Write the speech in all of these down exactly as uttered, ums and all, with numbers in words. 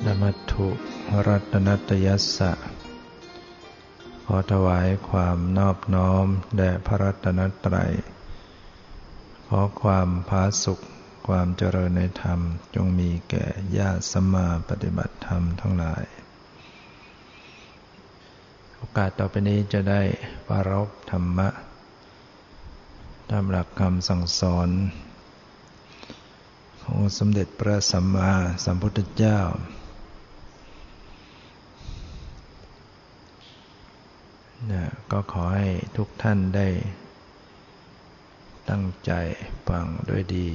นมัตถุรัตนัตยัสสะขอถวายความนอบน้อมแด่พระรัตนตรัยขอความผาสุกความเจริญในธรรมจงมีแก่ญาติสัมมาปฏิบัติธรรมทั้งหลายโอกาสต่อไปนี้จะได้ปรารภธรรมะตามหลักคำสั่งสอนของสมเด็จพระสัมมาสัมพุทธเจ้านะก็ขอให้ทุกท่านได้ตั้งใจฟังด้วยดี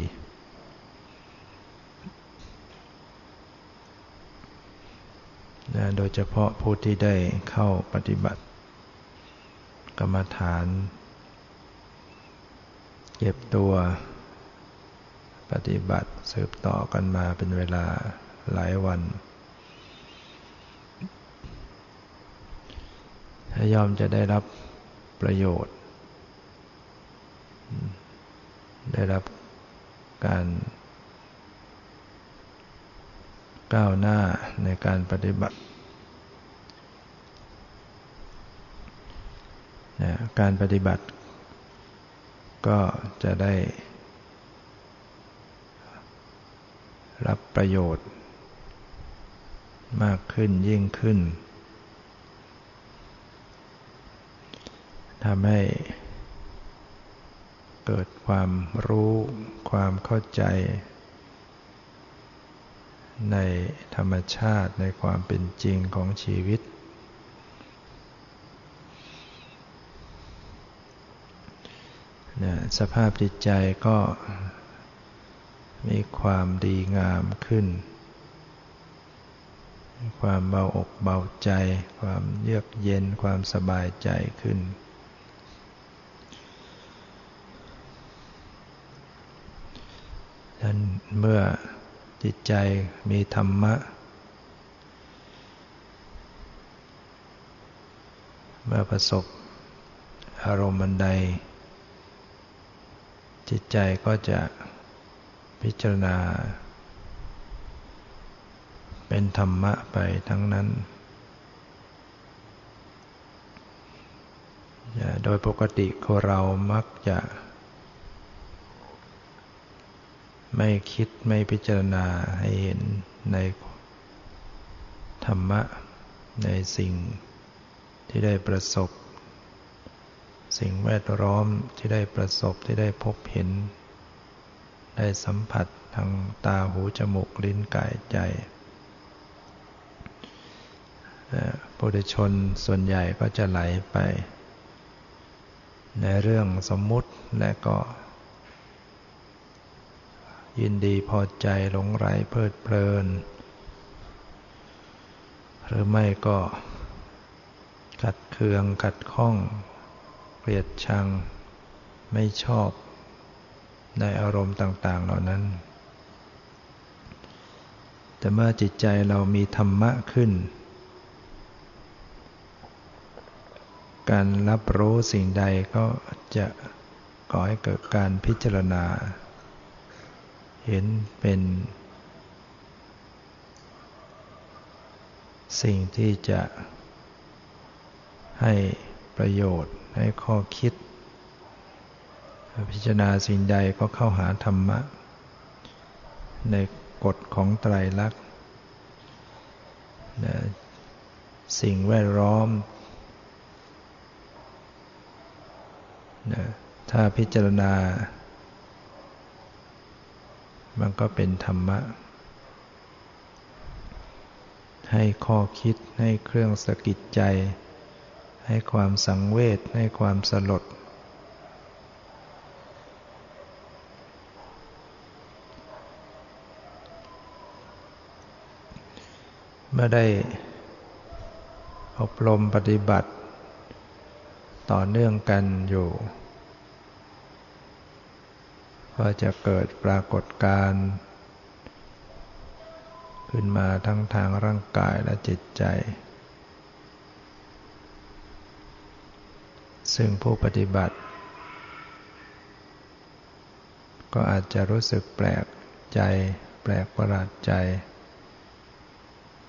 นะโดยเฉพาะผู้ที่ได้เข้าปฏิบัติกรรมฐานเก็บตัวปฏิบัติสืบต่อกันมาเป็นเวลาหลายวันย่อมจะได้รับประโยชน์ได้รับการก้าวหน้าในการปฏิบัติการปฏิบัติก็จะได้รับประโยชน์มากขึ้นยิ่งขึ้นทำให้เกิดความรู้ความเข้าใจในธรรมชาติในความเป็นจริงของชีวิตนะสภาพจิตใจก็มีความดีงามขึ้นมีความเบาอกเบาใจความเยือกเย็นความสบายใจขึ้นฉะนั้นเมื่อจิตใจมีธรรมะเมื่อประสบอารมณ์อันใดจิตใจก็จะพิจารณาเป็นธรรมะไปทั้งนั้นโดยปกติคนเรามักจะไม่คิดไม่พิจารณาให้เห็นในธรรมะในสิ่งที่ได้ประสบสิ่งแวดล้อมที่ได้ประสบที่ได้พบเห็นได้สัมผัสทางตาหูจมูกลิ้นกายใจปุถุชนส่วนใหญ่ก็จะไหลไปในเรื่องสมมุติและก็ยินดีพอใจหลงใหลเพลิดเพลินหรือไม่ก็ขัดเคืองขัดข้องเกลียดชังไม่ชอบในอารมณ์ต่างๆเหล่านั้นแต่เมื่อจิตใจเรามีธรรมะขึ้นการรับรู้สิ่งใดก็จะก่อให้เกิดการพิจารณาเห็นเป็นสิ่งที่จะให้ประโยชน์ให้ข้อคิดพิจารณาสิ่งใดก็เข้าหาธรรมะในกฎของไตรลักษณ์สิ่งแวดล้อมถ้าพิจารณามันก็เป็นธรรมะให้ข้อคิดให้เครื่องสะกิดใจให้ความสังเวชให้ความสลดเมื่อได้อบรมปฏิบัติต่อเนื่องกันอยู่ก็จะเกิดปรากฏการณ์ขึ้นมาทั้งทางร่างกายและจิตใจซึ่งผู้ปฏิบัติก็อาจจะรู้สึกแปลกใจแปลกประหลาดใจ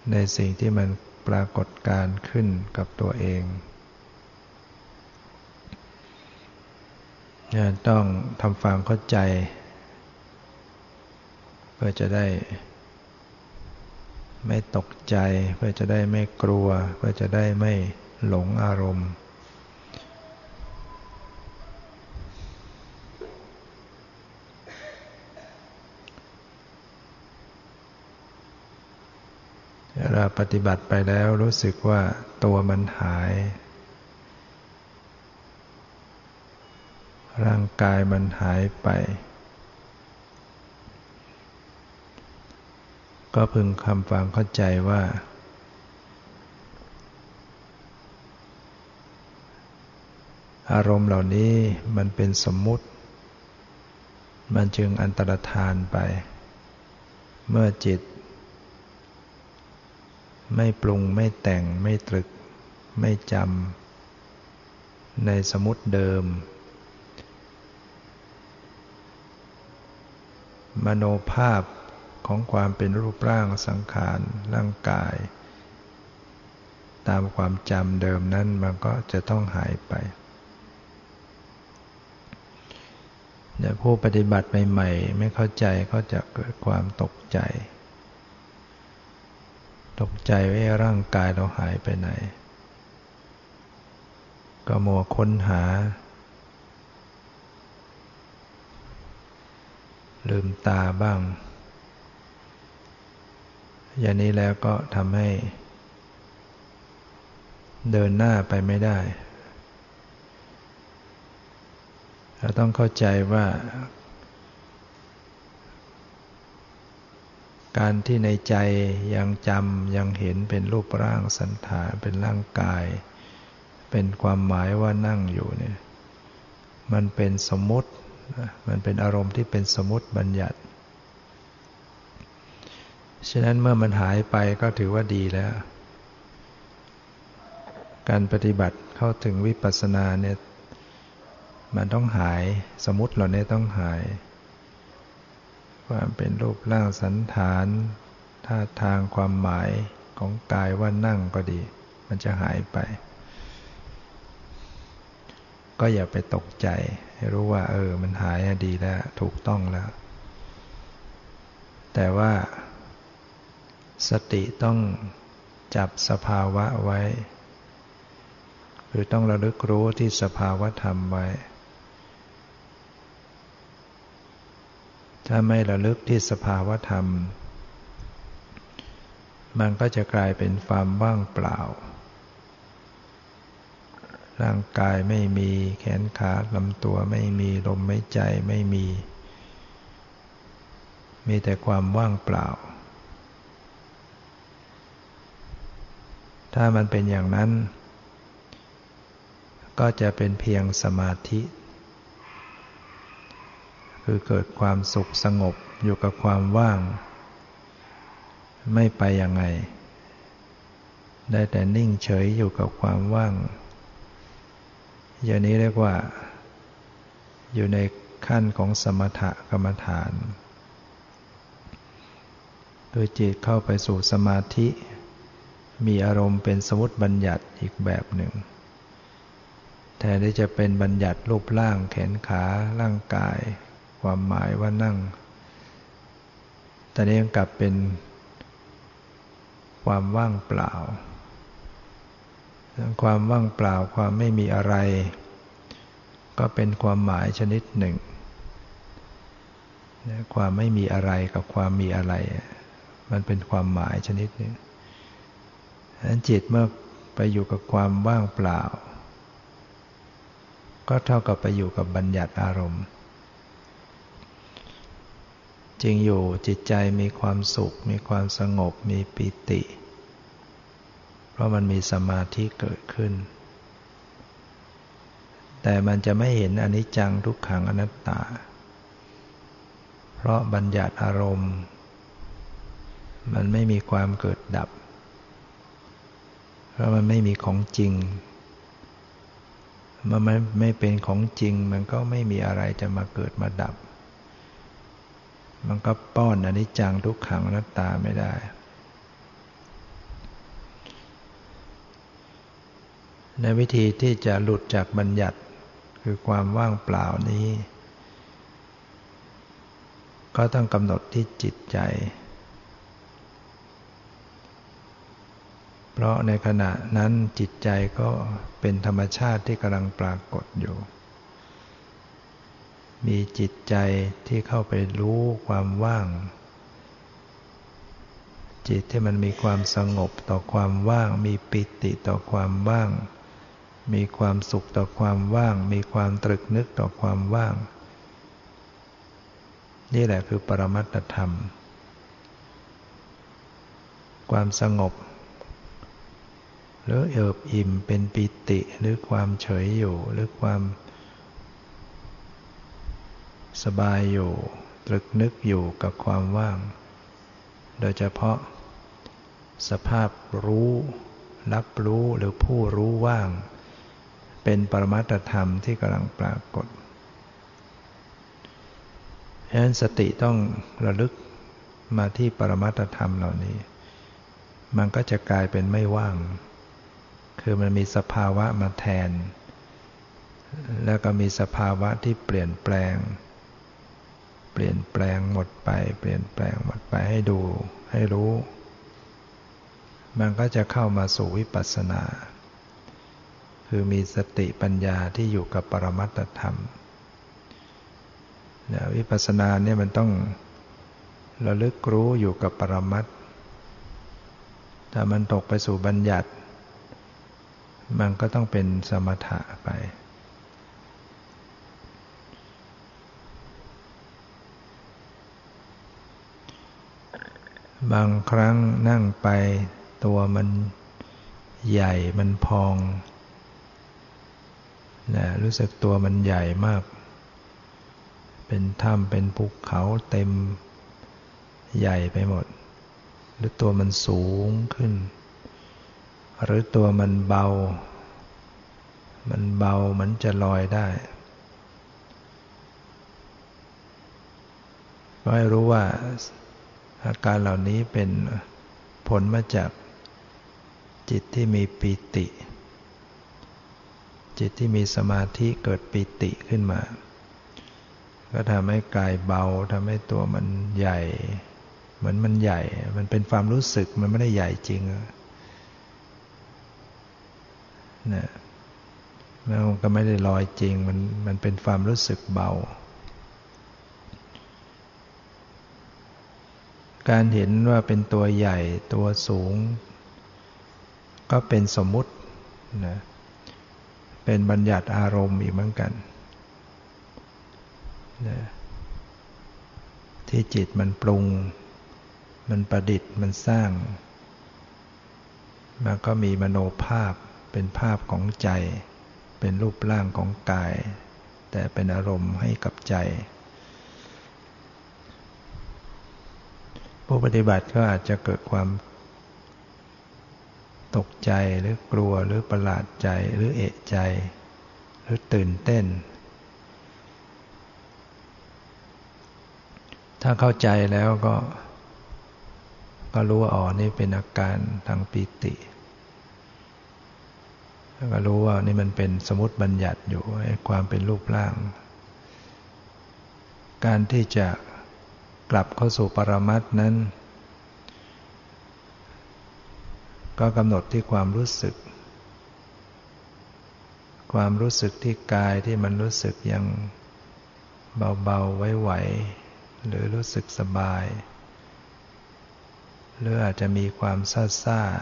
ในสิ่งที่มันปรากฏการขึ้นกับตัวเองต้องทำความเข้าใจเพื่อจะได้ไม่ตกใจเพื่อจะได้ไม่กลัวเพื่อจะได้ไม่หลงอารมณ์เราปฏิบัติไปแล้วรู้สึกว่าตัวมันหายร่างกายมันหายไปก็พึงคำความเข้าใจว่าอารมณ์เหล่านี้มันเป็นสมมุติมันจึงอันตรธานไปเมื่อจิตไม่ปรุงไม่แต่งไม่ตรึกไม่จำในสมมุติเดิมมโนภาพของความเป็นรูปร่างสังขารร่างกายตามความจำเดิมนั้นมันก็จะต้องหายไปแต่ผู้ปฏิบัติใหม่ๆไม่เข้าใจก็จะเกิดความตกใจตกใจว่าร่างกายเราหายไปไหนก็มัวค้นหาลืมตาบ้างอย่างนี้แล้วก็ทำให้เดินหน้าไปไม่ได้เราต้องเข้าใจว่าการที่ในใจยังจำยังเห็นเป็นรูปร่างสันฐานเป็นร่างกายเป็นความหมายว่านั่งอยู่เนี่ยมันเป็นสมมุติมันเป็นอารมณ์ที่เป็นสมมุติบัญญัติฉะนั้นเมื่อมันหายไปก็ถือว่าดีแล้วการปฏิบัติเข้าถึงวิปัสสนาเนี่ยมันต้องหายสมมุติเหล่านี้ต้องหายความเป็นรูปร่างสันฐานท่าทางความหมายของกายว่านั่งก็ดีมันจะหายไปก็อย่าไปตกใจให้รู้ว่าเออมันหายดีแล้วถูกต้องแล้วแต่ว่าสติต้องจับสภาวะไว้คือต้องระลึกรู้ที่สภาวะธรรมไว้ถ้าไม่ระลึกที่สภาวะธรรมมันก็จะกลายเป็นความว่างเปล่าร่างกายไม่มีแขนขาลำตัวไม่มีลมหายใจไม่มีมีแต่ความว่างเปล่าถ้ามันเป็นอย่างนั้นก็จะเป็นเพียงสมาธิคือเกิดความสุขสงบอยู่กับความว่างไม่ไปยังไงได้แต่นิ่งเฉยอยู่กับความว่างอย่างนี้เรียกว่าอยู่ในขั้นของสมถกรรมฐานโดยจิตเข้าไปสู่สมาธิมีอารมณ์เป็นสมมุติบัญญัติอีกแบบหนึ่งแทนที่จะเป็นบัญญัติรูปร่างแขนขาร่างกายความหมายว่านั่งแต่นี้กลับเป็นความว่างเปล่าความว่างเปล่าความไม่มีอะไรก็เป็นความหมายชนิดหนึ่งความไม่มีอะไรกับความมีอะไรมันเป็นความหมายชนิดหนึ่งฉะนั้นจิตเมื่อไปอยู่กับความว่างเปล่าก็เท่ากับไปอยู่กับบัญญัติอารมณ์จริงอยู่จิตใจมีความสุขมีความสงบมีปิติเพราะมันมีสมาธิเกิดขึ้นแต่มันจะไม่เห็นอนิจจังทุกขังอนัตตาเพราะบัญญัติอารมณ์มันไม่มีความเกิดดับเพราะมันไม่มีของจริงมันไม่ไม่เป็นของจริงมันก็ไม่มีอะไรจะมาเกิดมาดับมันก็ป้อนอนิจจังทุกขังอนัตตาไม่ได้ในวิธีที่จะหลุดจากบัญญัติคือความว่างเปล่านี้ก็ต้องกำหนดที่จิตใจเพราะในขณะนั้นจิตใจก็เป็นธรรมชาติที่กำลังปรากฏอยู่มีจิตใจที่เข้าไปรู้ความว่างจิตที่มันมีความสงบต่อความว่างมีปิติต่อความว่างมีความสุขต่อความว่างมีความตรึกนึกต่อความว่างนี่แหละคือปรมัตถธรรมความสงบหรือเอิบอิ่มเป็นปิติหรือความเฉยอยู่หรือความสบายอยู่ตรึกนึกอยู่กับความว่างโดยเฉพาะสภาพรู้รับรู้หรือผู้รู้ว่างเป็นปรมัตถธรรมที่กำลังปรากฏฉะนั้นสติต้องระลึกมาที่ปรมัตถธรรมเหล่านี้มันก็จะกลายเป็นไม่ว่างคือมันมีสภาวะมาแทนแล้วก็มีสภาวะที่เปลี่ยนแปลงเปลี่ยนแปลงหมดไปเปลี่ยนแปลงหมดไปให้ดูให้รู้มันก็จะเข้ามาสู่วิปัสสนาคือมีสติปัญญาที่อยู่กับปรมัตถธรรมเนี่ยวิปัสสนาเนี่ยมันต้องระลึกรู้อยู่กับปรมัตถ์ถ้ามันตกไปสู่บัญญัติมันก็ต้องเป็นสมถะไปบางครั้งนั่งไปตัวมันใหญ่มันพองนะรู้สึกตัวมันใหญ่มากเป็นถ้ำเป็นภูเขาเต็มใหญ่ไปหมดหรือตัวมันสูงขึ้นหรือตัวมันเบามันเบาเหมือนจะลอยได้ก็ให้รู้ว่าอาการเหล่านี้เป็นผลมาจากจิตที่มีปิติจิตที่มีสมาธิเกิดปิติขึ้นมาก็ทำให้กายเบาทำให้ตัวมันใหญ่เหมือนมันใหญ่มันเป็นความรู้สึกมันไม่ได้ใหญ่จริงนะมันก็ไม่ได้ลอยจริงมันมันเป็นความรู้สึกเบาการเห็นว่าเป็นตัวใหญ่ตัวสูงก็เป็นสมมุตินะเป็นบัญญัติอารมณ์อีกเหมือนกันนะที่จิตมันปรุงมันประดิษฐ์มันสร้างมันก็มีมโนภาพเป็นภาพของใจเป็นรูปร่างของกายแต่เป็นอารมณ์ให้กับใจผู้ปฏิบัติก็อาจจะเกิดความตกใจหรือกลัวหรือประหลาดใจหรือเอะใจหรือตื่นเต้นถ้าเข้าใจแล้วก็ก็รู้ว่าอ๋อนี่เป็นอาการทางปิติแล้วก็รู้ว่านี่มันเป็นสมมุติบัญญัติอยู่ความเป็นรูปร่างการที่จะกลับเข้าสู่ปรมัตถ์นั้นก็กำหนดที่ความรู้สึกความรู้สึกที่กายที่มันรู้สึกยังเบาๆไหวๆหรือรู้สึกสบายหรืออาจจะมีความซ่า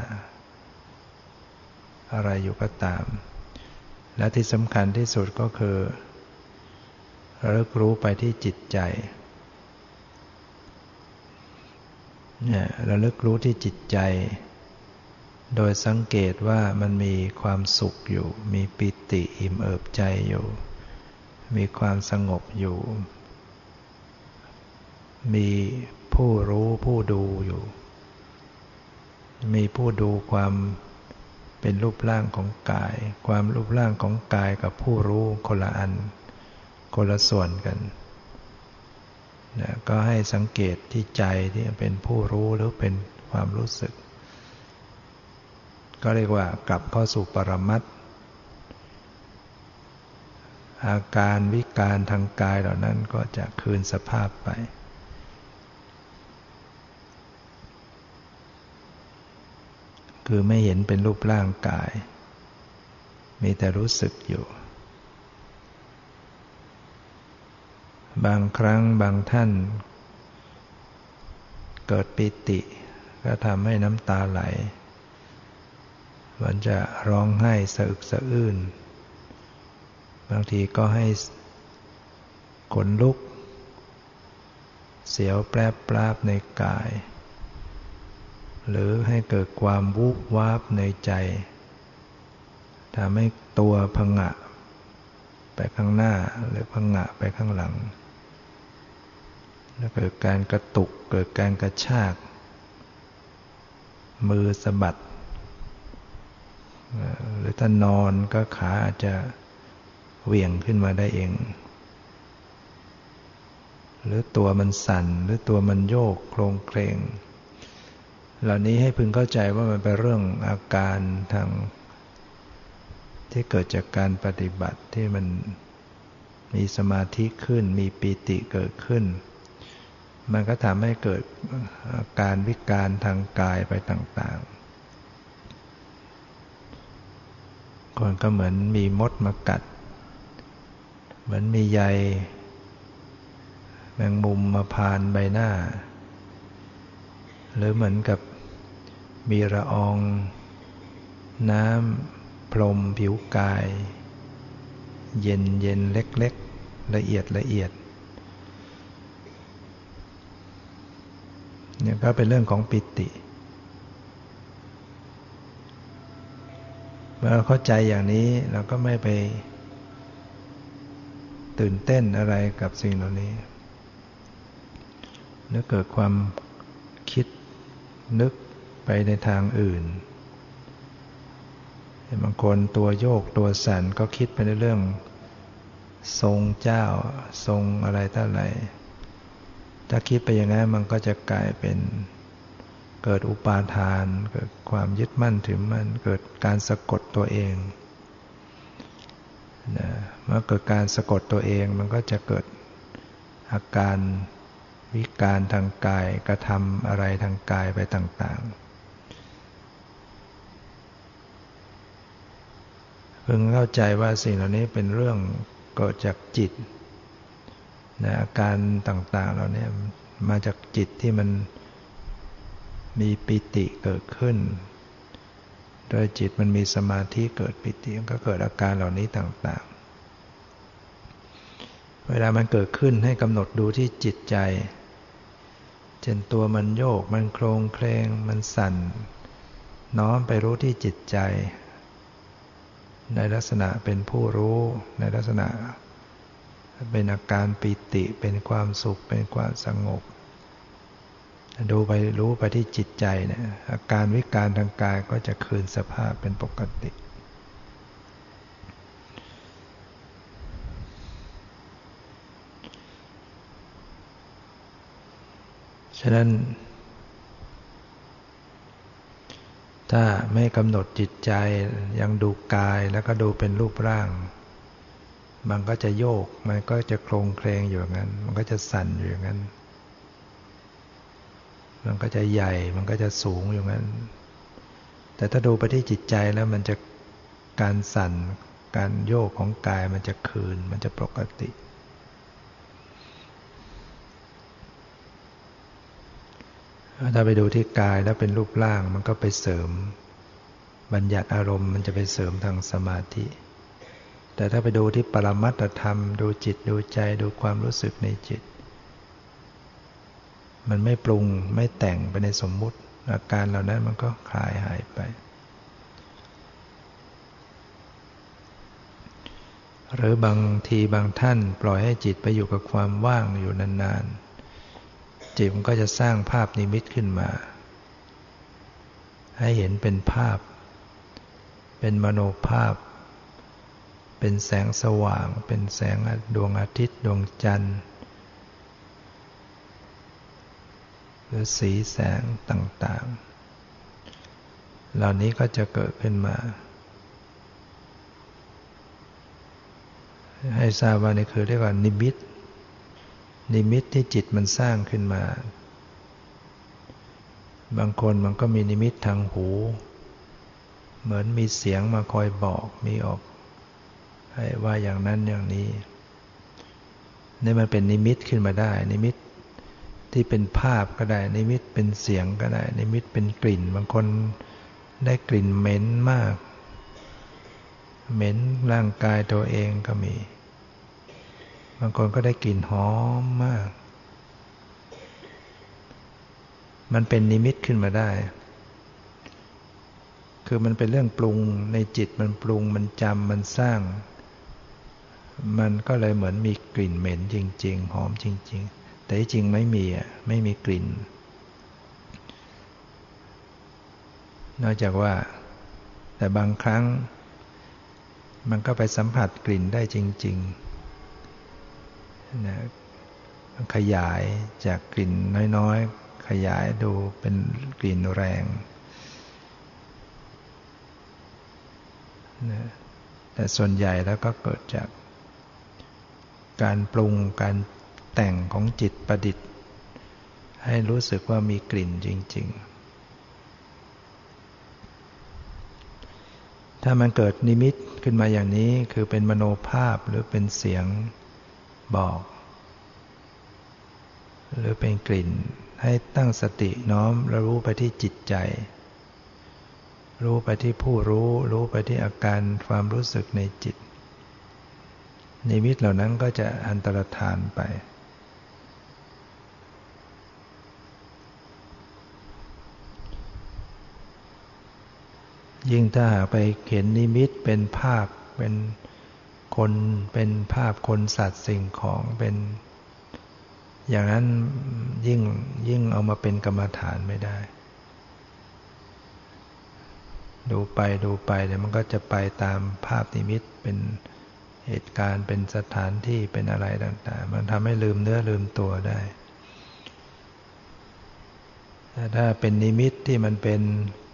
ๆอะไรอยู่ก็ตามและที่สำคัญที่สุดก็คือระลึกรู้ไปที่จิตใจเนี่ยระลึกรู้ที่จิตใจโดยสังเกตว่ามันมีความสุขอยู่มีปิติอิ่มเอิบใจอยู่มีความสงบอยู่มีผู้รู้ผู้ดูอยู่มีผู้ดูความเป็นรูปร่างของกายความรูปร่างของกายกับผู้รู้คนละอันคนละส่วนกันนะก็ให้สังเกตที่ใจที่เป็นผู้รู้หรือเป็นความรู้สึกก็เรียกว่ากลับเข้าสู่ปรมัตถ์อาการวิการทางกายเหล่านั้นก็จะคืนสภาพไปคือไม่เห็นเป็นรูปร่างกายมีแต่รู้สึกอยู่บางครั้งบางท่านเกิดปิติก็ทำให้น้ำตาไหลมันจะร้องไห้สะอึกสะอื้นบางทีก็ให้ขนลุกเสียวแปรบปราบในกายหรือให้เกิดความวูบวาบในใจทำให้ตัวผงะไปข้างหน้าหรือผงะไปข้างหลังแล้วเกิดการกระตุกเกิดการกระชากมือสะบัดหรือถ้านอนก็ขาอาจจะเหวี่ยงขึ้นมาได้เองหรือตัวมันสั่นหรือตัวมันโยกโครงเครงเหล่านี้ให้พึงเข้าใจว่ามันเป็นเรื่องอาการทางที่เกิดจากการปฏิบัติที่มันมีสมาธิขึ้นมีปีติเกิดขึ้นมันก็ทำให้เกิดอาการวิการทางกายไปต่างๆก่อนก็เหมือนมีมดมากัดเหมือนมีใยแมงมุมมาพานใบหน้าหรือเหมือนกับมีละอองน้ำพรมผิวกายเย็นเย็นเล็กๆละเอียดละเอียดเนี่ยก็เป็นเรื่องของปิติเมื่อเราเข้าใจอย่างนี้เราก็ไม่ไปตื่นเต้นอะไรกับสิ่งเหล่านี้หรือเกิดความคิดนึกไปในทางอื่นบางคนตัวโยกตัวสั่นก็คิดไปในเรื่องทรงเจ้าทรงอะไรต่ออะไรถ้าคิดไปอย่างนั้นมันก็จะกลายเป็นเกิดอุปาทานเกิดความยึดมั่นถือมั่นเกิดการสะกดตัวเองนะเมื่อเกิดการสะกดตัวเองมันก็จะเกิดอาการวิการทางกายกระทำอะไรทางกายไปต่างๆเพิ่งเข้าใจว่าสิ่งเหล่านี้เป็นเรื่องเกิดจากจิตนะอาการต่างๆเหล่านี้มาจากจิตที่มันมีปิติเกิดขึ้นโดยจิตมันมีสมาธิเกิดปิติก็เกิดอาการเหล่านี้ต่างๆเวลามันเกิดขึ้นให้กำหนดดูที่จิตใจเช่นตัวมันโยกมันโครงเคลงมันสั่นน้อมไปรู้ที่จิตใจในลักษณะเป็นผู้รู้ในลักษณะเป็นอาการปิติเป็นความสุขเป็นความสงบดูไปรู้ไปที่จิตใจเนี่ยอาการวิการทางกายก็จะคืนสภาพเป็นปกติฉะนั้นถ้าไม่กำหนดจิตใจยังดูกายแล้วก็ดูเป็นรูปร่างมันก็จะโยกมันก็จะโครงเคลงอยู่อย่างนั้นมันก็จะสั่นอยู่อย่างนั้นมันก็จะใหญ่มันก็จะสูงอยู่งั้นแต่ถ้าดูไปที่จิตใจแล้วมันจะการสั่นการโยกของกายมันจะคืนมันจะปกติถ้าไปดูที่กายแล้วเป็นรูปร่างมันก็ไปเสริมบัญญัติอารมณ์มันจะไปเสริมทางสมาธิแต่ถ้าไปดูที่ปรมัตถธรรมดูจิตดูใจดูความรู้สึกในจิตมันไม่ปรุงไม่แต่งไปในสมมุติอาการเหล่านั้นมันก็คลายหายไปหรือบางทีบางท่านปล่อยให้จิตไปอยู่กับความว่างอยู่นานๆจิตมันก็จะสร้างภาพนิมิตขึ้นมาให้เห็นเป็นภาพเป็นมโนภาพเป็นแสงสว่างเป็นแสงดวงอาทิตย์ดวงจันทร์หรือสีแสงต่างๆเหล่านี้ก็จะเกิดขึ้นมาให้ทราบว่านี่คือเรียกว่านิมิตนิมิตที่จิตมันสร้างขึ้นมาบางคนมันก็มีนิมิตทางหูเหมือนมีเสียงมาคอยบอกมีออกให้ว่าอย่างนั้นอย่างนี้นี่มันเป็นนิมิตขึ้นมาได้นิมิตที่เป็นภาพก็ได้นิมิตเป็นเสียงก็ได้นิมิตเป็นกลิ่นบางคนได้กลิ่นเหม็นมากเหม็นร่างกายตัวเองก็มีบางคนก็ได้กลิ่นหอมมากมันเป็นนิมิตขึ้นมาได้คือมันเป็นเรื่องปรุงในจิตมันปรุงมันจำมันสร้างมันก็เลยเหมือนมีกลิ่นเหม็นจริงๆหอมจริงๆแต่ที่จริงไม่มีอ่ะไม่มีกลิ่นนอกจากว่าแต่บางครั้งมันก็ไปสัมผัสกลิ่นได้จริงๆนะขยายจากกลิ่นน้อยๆขยายดูเป็นกลิ่นแรงนะแต่ส่วนใหญ่แล้วก็เกิดจากการปรุงการแต่งของจิตประดิษฐ์ให้รู้สึกว่ามีกลิ่นจริงๆถ้ามันเกิดนิมิตขึ้นมาอย่างนี้คือเป็นมโนภาพหรือเป็นเสียงบอกหรือเป็นกลิ่นให้ตั้งสติน้อมแล้วรู้ไปที่จิตใจรู้ไปที่ผู้รู้รู้ไปที่อาการความรู้สึกในจิตนิมิตเหล่านั้นก็จะอันตรธานไปยิ่งถ้าหากไปเห็นนิมิตเป็นภาพเป็นคนเป็นภาพคนสัตว์สิ่งของเป็นอย่างนั้นยิ่งยิ่งเอามาเป็นกรรมฐานไม่ได้ดูไปดูไปเดี๋ยวมันก็จะไปตามภาพนิมิตเป็นเหตุการณ์เป็นสถานที่เป็นอะไรต่างๆมันทำให้ลืมเนื้อลืมตัวได้แต่ถ้าเป็นนิมิตที่มันเป็น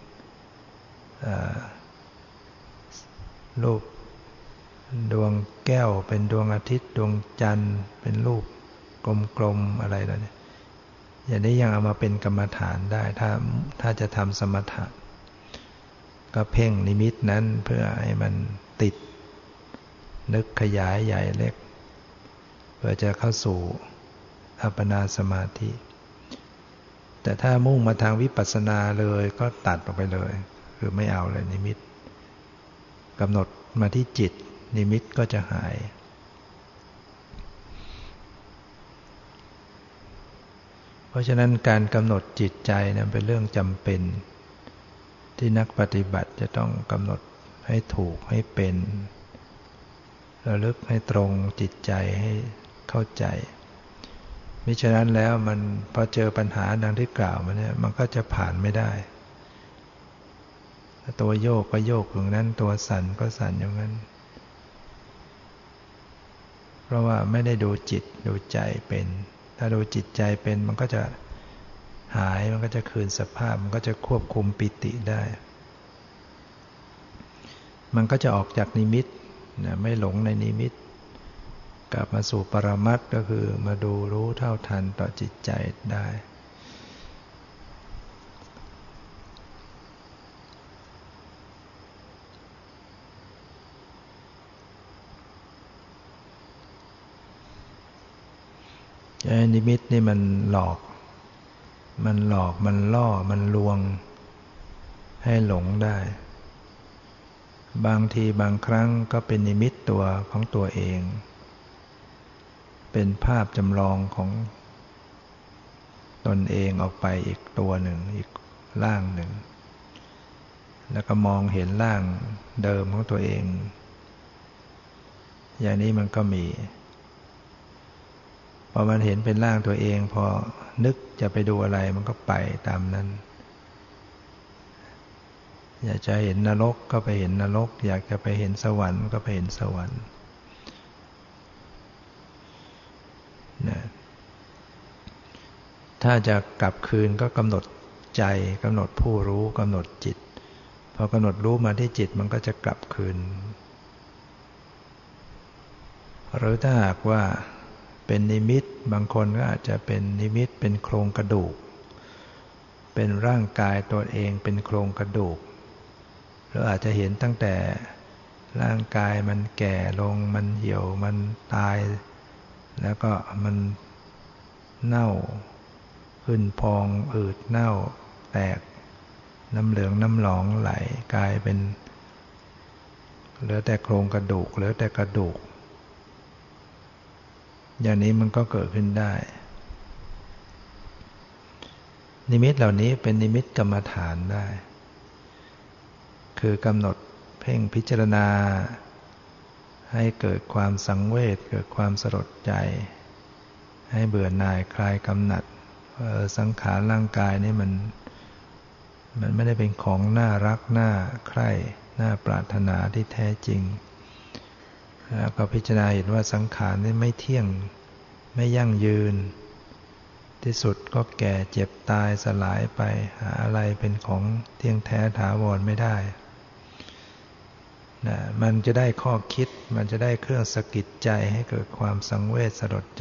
รูปดวงแก้วเป็นดวงอาทิตย์ดวงจันทร์เป็นรูปกลมๆอะไรแล้วเนี่ยอย่างนี้ยังเอามาเป็นกรรมฐานได้ถ้าถ้าจะทำสมถะก็เพ่งนิมิตนั้นเพื่อให้มันติดนึกขยายใหญ่เล็กเพื่อจะเข้าสู่อัปปนาสมาธิแต่ถ้ามุ่งมาทางวิปัสสนาเลยก็ตัดออกไปเลยคือไม่เอาเลยนิมิตกำหนดมาที่จิตนิมิตก็จะหายเพราะฉะนั้นการกำหนดจิตใจนั้นเป็นเรื่องจำเป็นที่นักปฏิบัติจะต้องกำหนดให้ถูกให้เป็นระลึกให้ตรงจิตใจให้เข้าใจมิฉะนั้นแล้วมันพอเจอปัญหาดังที่กล่าวมาเนี่ยมันก็จะผ่านไม่ได้ตัวโยกก็โยกอย่างนั้นตัวสั่นก็สั่นอย่างนั้นเพราะว่าไม่ได้ดูจิตดูใจเป็นถ้าดูจิตใจเป็นมันก็จะหายมันก็จะคืนสภาพมันก็จะควบคุมปิติได้มันก็จะออกจากนิมิตนะไม่หลงในนิมิตกลับมาสู่ปรมัตถ์ก็คือมาดูรู้เท่าทันต่อจิตใจได้ไอ้นิมิตนี่มันหลอกมันหลอกมันล่อมันลวงให้หลงได้บางทีบางครั้งก็เป็นนิมิตตัวของตัวเองเป็นภาพจำลองของตนเองออกไปอีกตัวหนึ่งอีกร่างหนึ่งแล้วก็มองเห็นร่างเดิมของตัวเองอย่างนี้มันก็มีพอมันเห็นเป็นร่างตัวเองพอนึกจะไปดูอะไรมันก็ไปตามนั้นอยากจะเห็นนรกก็ไปเห็นนรกอยากจะไปเห็นสวรรค์ก็ไปเห็นสวรรค์นะถ้าจะกลับคืนก็กำหนดใจกำหนดผู้รู้กำหนดจิตพอกำหนดรู้มาที่จิตมันก็จะกลับคืนหรือถ้าหากว่าเป็นนิมิตบางคนก็อาจจะเป็นนิมิตเป็นโครงกระดูกเป็นร่างกายตัวเองเป็นโครงกระดูกหรืออาจจะเห็นตั้งแต่ร่างกายมันแก่ลงมันเหี่ยวมันตายแล้วก็มันเน่าขึ้นพองอืดเน่าแตกน้ำเหลืองน้ำหนองไหลกลายเป็นเหลือแต่โครงกระดูกเหลือแต่กระดูกอย่างนี้มันก็เกิดขึ้นได้นิมิตเหล่านี้เป็นนิมิตกรรมฐานได้คือกำหนดเพ่งพิจารณาให้เกิดความสังเวชเกิดความสลดใจให้เบื่อหน่ายคลายกำหนัดสังขารร่างกายนี่มันมันไม่ได้เป็นของน่ารักน่าใคร่น่าปรารถนาที่แท้จริงแล้วก็พิจารณาเห็นว่าสังขารนี่ไม่เที่ยงไม่ยั่งยืนที่สุดก็แก่เจ็บตายสลายไปหาอะไรเป็นของเที่ยงแท้ถาวรไม่ได้นะมันจะได้ข้อคิดมันจะได้เครื่องสะกิดใจให้เกิดความสังเวชสลดใจ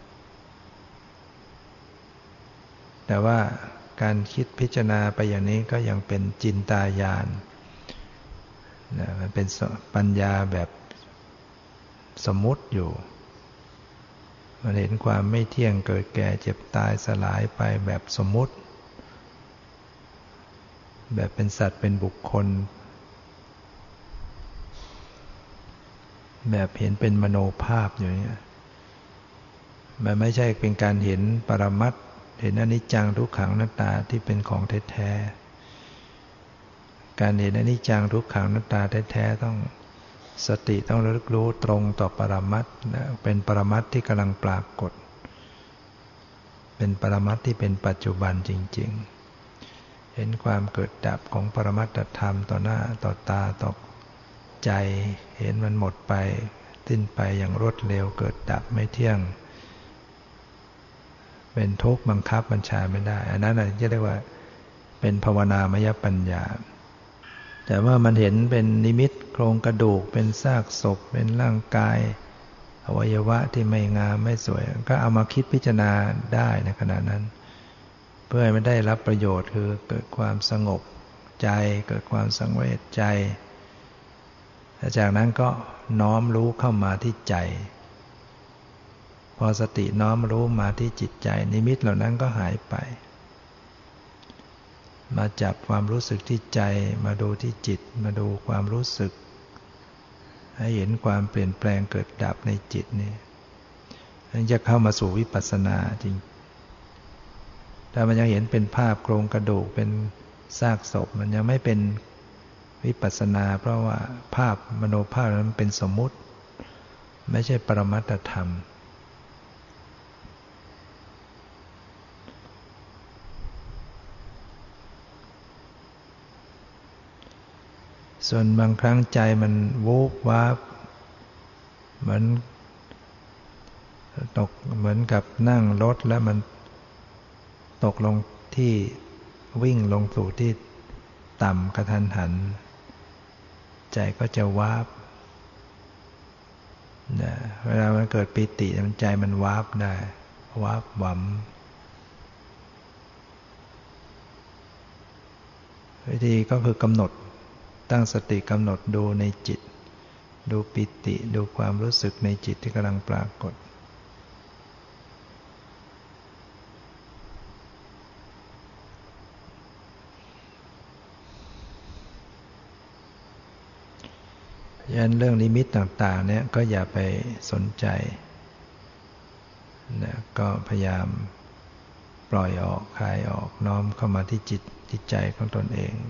แต่ว่าการคิดพิจารณาไปอย่างนี้ก็ยังเป็นจินตาญาณนะมันเป็นปัญญาแบบสมมุติอยู่มันเห็นความไม่เที่ยงเกิดแก่เจ็บตายสลายไปแบบสมมุติแบบเป็นสัตว์เป็นบุคคลแบบเห็นเป็นมโนภาพอย่างนี้มันไม่ใช่เป็นการเห็นปรมัตถ์เห็นอนิจจังทุกขังอนัตตาที่เป็นของแท้ๆการเห็นอนิจจังทุกขังอนัตตาแท้ๆต้องสติต้องระลึกรู้ตรงต่อปรมัตถ์เป็นปรมัตถ์ที่กำลังปรากฏเป็นปรมัตถ์ที่เป็นปัจจุบันจริงๆเห็นความเกิดดับของปรมัตถธรรมต่อหน้าต่อตาต่อใจเห็นมันหมดไปสิ้นไปอย่างรวดเร็วเกิดดับไม่เที่ยงเป็นทุกข์บังคับบัญชาไม่ได้อันนั้นจะเรียกว่าเป็นภาวนามยปัญญาแต่ว่ามันเห็นเป็นนิมิตโครงกระดูกเป็นซากศพเป็นร่างกายอวัยวะที่ไม่งามไม่สวยก็เอามาคิดพิจารณาได้ในขณะนั้นเพื่อให้มันได้รับประโยชน์คือเกิดความสงบใจเกิดความสังเวชใจจากนั้นก็น้อมรู้เข้ามาที่ใจพอสติน้อมรู้มาที่จิตใจนิมิตเหล่านั้นก็หายไปมาจับความรู้สึกที่ใจมาดูที่จิตมาดูความรู้สึกให้เห็นความเปลี่ยนแปลงเกิดดับในจิตนี่นั่นจะเข้ามาสู่วิปัสสนาจริงถ้ามันยังเห็นเป็นภาพโครงกระดูกเป็นซากศพมันยังไม่เป็นวิปัสสนาเพราะว่าภาพมโนภาพนั้นเป็นสมมุติไม่ใช่ปรมัตถธรรมส่วนบางครั้งใจมันวูบวาบเหมือนตกเหมือนกับนั่งรถแล้วมันตกลงที่วิ่งลงสู่ที่ต่ำกระทันหันใจก็จะวาบนะเวลามันเกิดปิติมันใจมันวาบได้วาบหวำวิธีก็คือกำหนดตั้งสติกำหนดดูในจิตดูปิติดูความรู้สึกในจิตที่กำลังปรากฏยันเรื่องนิมิตต่างๆเนี่ยก็อย่าไปสนใจนะก็พยายามปล่อยออกคลายออกน้อมเข้ามาที่จิตที่ใจของตนเอง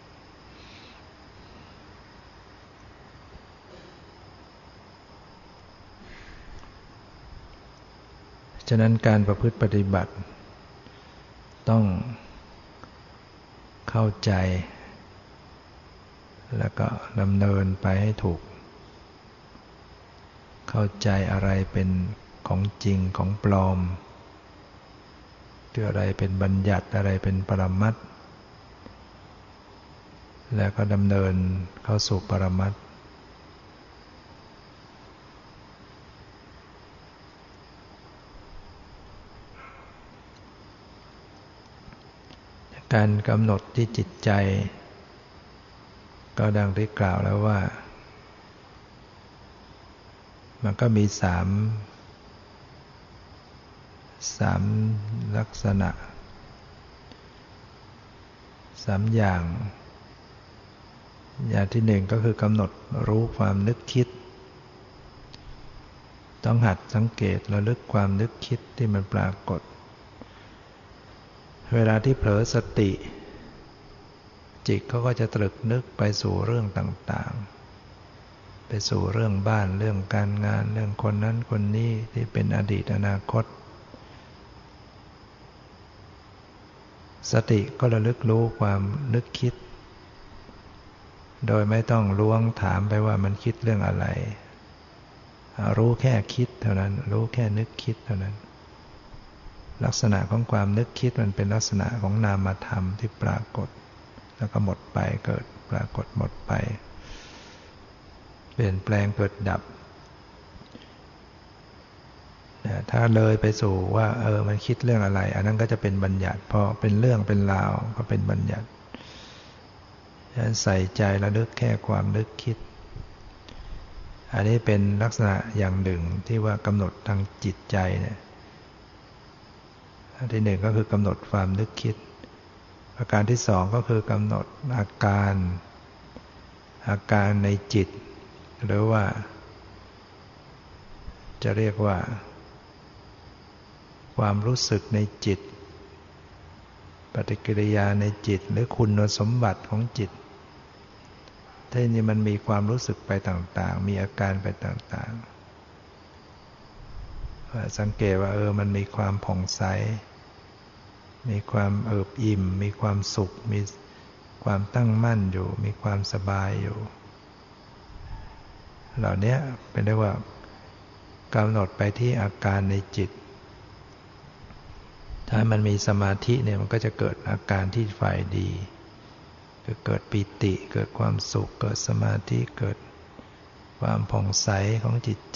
ฉะนั้นการประพฤติปฏิบัติต้องเข้าใจแล้วก็ดำเนินไปให้ถูกเข้าใจอะไรเป็นของจริงของปลอมอะไรเป็นบัญญัติอะไรเป็นปรมัตถ์แล้วก็ดำเนินเข้าสู่ปรมัตถ์การกำหนดที่จิตใจก็ดังที่กล่าวแล้วว่ามันก็มีสามสามลักษณะสามอย่างอย่างที่หนึ่งก็คือกำหนดรู้ความนึกคิดต้องหัดสังเกตระลึกความนึกคิดที่มันปรากฏเวลาที่เผลอสติจิตเขาก็จะตรึกนึกไปสู่เรื่องต่างๆไปสู่เรื่องบ้านเรื่องการงานเรื่องคนนั้นคนนี้ที่เป็นอดีตอนาคตสติก็ระลึกรู้ความนึกคิดโดยไม่ต้องล้วงถามไปว่ามันคิดเรื่องอะไรรู้แค่คิดเท่านั้นรู้แค่นึกคิดเท่านั้นลักษณะของความนึกคิดมันเป็นลักษณะของนามธรรมที่ปรากฏแล้วก็หมดไปเกิดปรากฏหมดไปเปลี่ยนแปลงเกิดดับถ้าเลยไปสู่ว่าเออมันคิดเรื่องอะไรอันนั้นก็จะเป็นบัญญัติพอเป็นเรื่องเป็นราวก็เป็นบัญญัติฉะนั้นใส่ใจระลึกแค่ความนึกคิดอันนี้เป็นลักษณะอย่างหนึ่งที่ว่ากำหนดทางจิตใจเนี่ยอันที่หนึ่งก็คือกำหนดความนึกคิดประการที่สองก็คือกำหนดอาการอาการในจิตหรือว่าจะเรียกว่าความรู้สึกในจิตปฏิกิริยาในจิตหรือคุณสมบัติของจิตที่นี่มันมีความรู้สึกไปต่างๆมีอาการไปต่างๆสังเกตว่าเออมันมีความผ่องใสมีความเอิบอิ่มมีความสุขมีความตั้งมั่นอยู่มีความสบายอยู่เหล่านี้เป็นเรียกว่ากำหนดไปที่อาการในจิตถ้ามันมีสมาธิเนี่ยมันก็จะเกิดอาการที่ฝ่ายดีคือเกิดปิติเกิดความสุขเกิดสมาธิเกิดความผ่องใสของจิตใจ